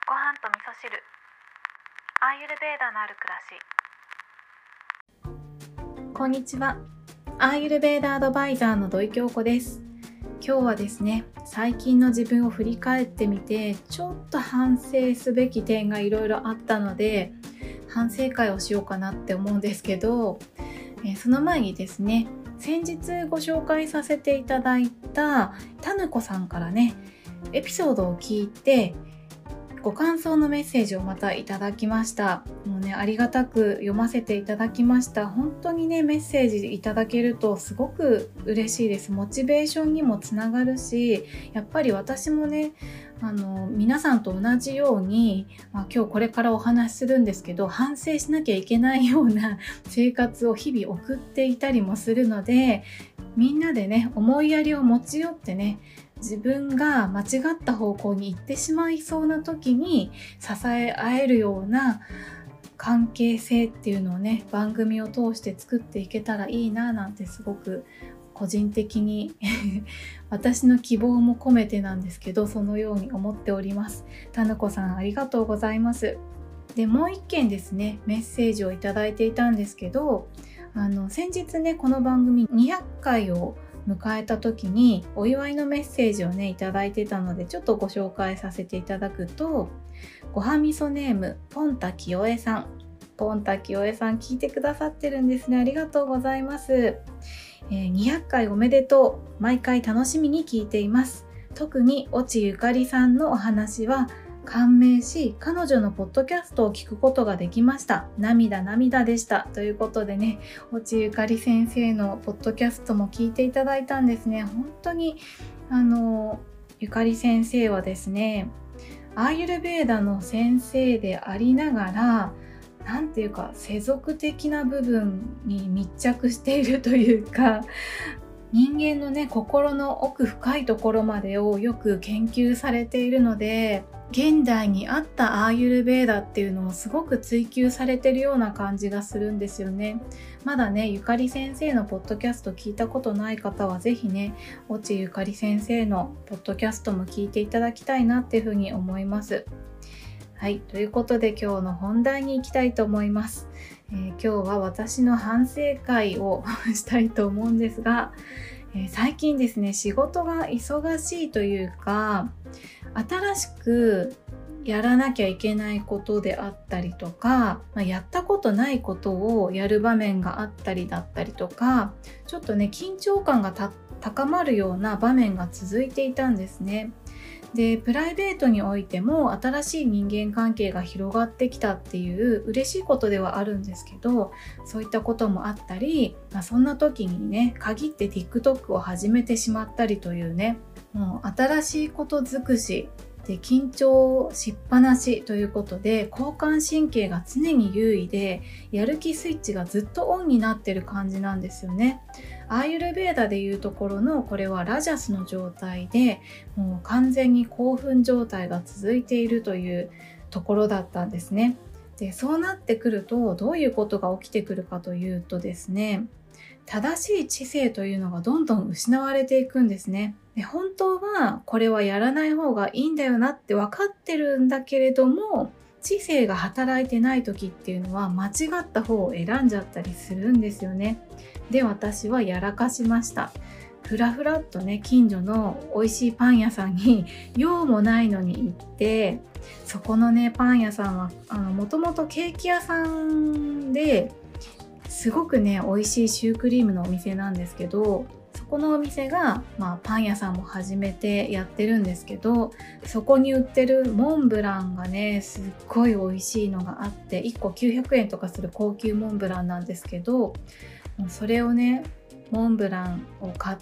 ご飯と味噌汁、アーユルベーダのある暮らし。 こんにちは。アーユルベーダアドバイザーの土井京子です。今日はですね、最近の自分を振り返ってみて、ちょっと反省すべき点がいろいろあったので、反省会をしようかなって思うんですけど、その前にですね、先日ご紹介させていただいたたぬこさんからね、エピソードを聞いてご感想のメッセージをまたいただきました。もうね、ありがたく読ませていただきました。本当にね、メッセージいただけるとすごく嬉しいです。モチベーションにもつながるし、やっぱり私もね、皆さんと同じように、今日これからお話しするんですけど、反省しなきゃいけないような生活を日々送っていたりもするので、みんなでね、思いやりを持ち寄ってね、自分が間違った方向に行ってしまいそうな時に支え合えるような関係性っていうのをね、番組を通して作っていけたらいいななんてすごく個人的に私の希望も込めてなんですけど、そのように思っております。たぬこさん、ありがとうございます。で、もう一件ですね、メッセージをいただいていたんですけど、先日ね、この番組200回を迎えた時にお祝いのメッセージをねいただいてたので、ちょっとご紹介させていただくと、ごはみそネームポンタきよえさん、聞いてくださってるんですね。ありがとうございます。200回おめでとう。毎回楽しみに聞いています。特に越智ゆかりさんのお話は感銘し、彼女のポッドキャストを聞くことができました。涙でした。ということでね、越智ゆかり先生のポッドキャストも聞いていただいたんですね。本当にゆかり先生はですね、アーユルベーダの先生でありながら、なんていうか世俗的な部分に密着しているというか、人間のね、心の奥深いところまでをよく研究されているので、現代に合ったアーユルベーダっていうのをすごく追求されてるような感じがするんですよね。まだね、ゆかり先生のポッドキャスト聞いたことない方はぜひね、越智ゆかり先生のポッドキャストも聞いていただきたいなっていうふうに思います。はい、ということで今日の本題に行きたいと思います。今日は私の反省会をしたいと思うんですが、最近ですね、仕事が忙しいというか、新しくやらなきゃいけないことであったりとか、やったことないことをやる場面があったりだったりとか、ちょっとね、緊張感が高まるような場面が続いていたんですね。で、プライベートにおいても新しい人間関係が広がってきたっていう嬉しいことではあるんですけど、そういったこともあったり、そんな時にね、限って TikTok を始めてしまったりというね、もう新しいこと尽くしで緊張しっぱなしということで、交感神経が常に優位で、やる気スイッチがずっとオンになってる感じなんですよね。アーユルベーダでいうところの、これはラジャスの状態で、もう完全に興奮状態が続いているというところだったんですね。で、そうなってくるとどういうことが起きてくるかというとですね、正しい知性というのがどんどん失われていくんですね。で、本当はこれはやらない方がいいんだよなって分かってるんだけれども、知性が働いてない時っていうのは間違った方を選んじゃったりするんですよね。で、私はやらかしました。ふらふらっとね、近所の美味しいパン屋さんに用もないのに行って、そこのね、パン屋さんはもともとケーキ屋さんですごくね、美味しいシュークリームのお店なんですけど、そこのお店が、パン屋さんも始めてやってるんですけど、そこに売ってるモンブランがね、すっごい美味しいのがあって、1個900円とかする高級モンブランなんですけど、それをね、モンブランを買って、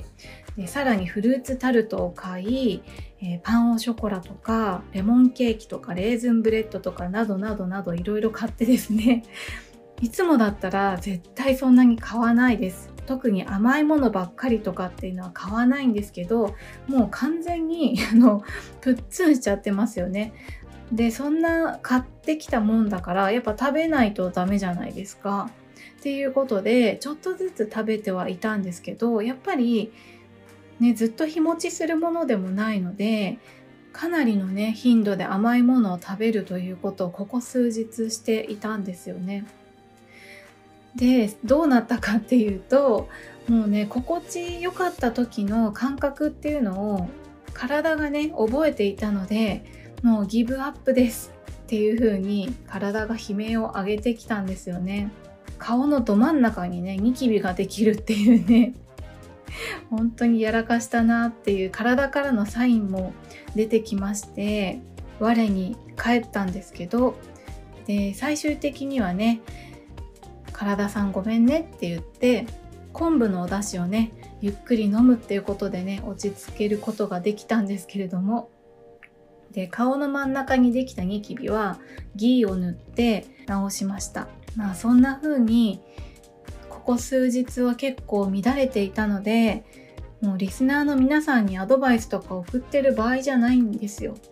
でさらにフルーツタルトを買い、パンオショコラとかレモンケーキとかレーズンブレッドとかなどなどなどいろいろ買ってですね、いつもだったら絶対そんなに買わないです。特に甘いものばっかりとかっていうのは買わないんですけど、もう完全にプッツンしちゃってますよね。で、そんな買ってきたもんだからやっぱ食べないとダメじゃないですか。っていうことでちょっとずつ食べてはいたんですけど、やっぱりね、ずっと日持ちするものでもないので、 かなりのね頻度で甘いものを食べるということをここ数日していたんですよね。でどうなったかっていうと、もうね心地よかった時の感覚っていうのを体がね覚えていたので、もうギブアップですっていう風に体が悲鳴を上げてきたんですよね。顔のど真ん中にねニキビができるっていうね本当にやらかしたなっていう体からのサインも出てきまして、我に返ったんですけど、で最終的にはね体さんごめんねって言って昆布のお出汁をねゆっくり飲むっていうことでね落ち着けることができたんですけれども、で顔の真ん中にできたニキビはギーを塗って治しました。そんな風にここ数日は結構乱れていたので、もうリスナーの皆さんにアドバイスとか送ってる場合じゃないんですよ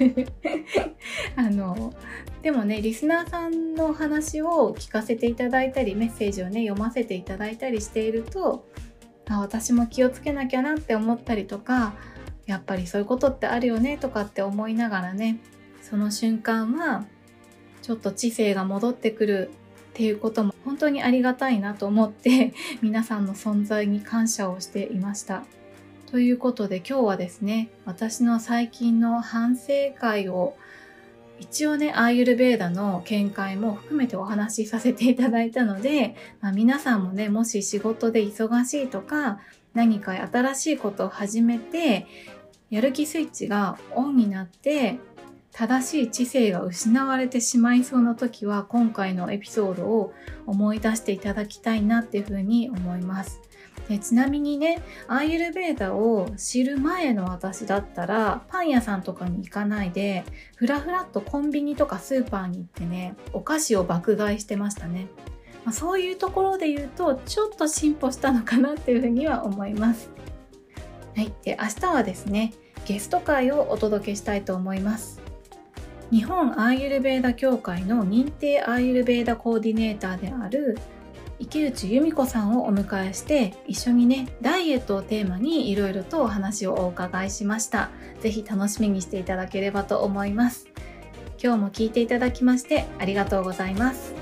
でもねリスナーさんの話を聞かせていただいたり、メッセージをね読ませていただいたりしていると、私も気をつけなきゃなって思ったりとか、やっぱりそういうことってあるよねとかって思いながらね、その瞬間はちょっと知性が戻ってくるっていうことも本当にありがたいなと思って皆さんの存在に感謝をしていました。ということで今日はですね、私の最近の反省会を一応ねアーユルヴェーダの見解も含めてお話しさせていただいたので、皆さんもねもし仕事で忙しいとか何か新しいことを始めてやる気スイッチがオンになって正しい知性が失われてしまいそうな時は、今回のエピソードを思い出していただきたいなっていうふうに思います。でちなみにねアーユルヴェーダを知る前の私だったらパン屋さんとかに行かないでふらふらっとコンビニとかスーパーに行ってねお菓子を爆買いしてましたね。そういうところで言うとちょっと進歩したのかなっていうふうには思います。はい、で明日はですねゲスト会をお届けしたいと思います。日本アーユルヴェーダ協会の認定アーユルヴェーダコーディネーターである池内由美子さんをお迎えして一緒にねダイエットをテーマにいろいろとお話をお伺いしました。ぜひ楽しみにしていただければと思います。今日も聞いていただきましてありがとうございます。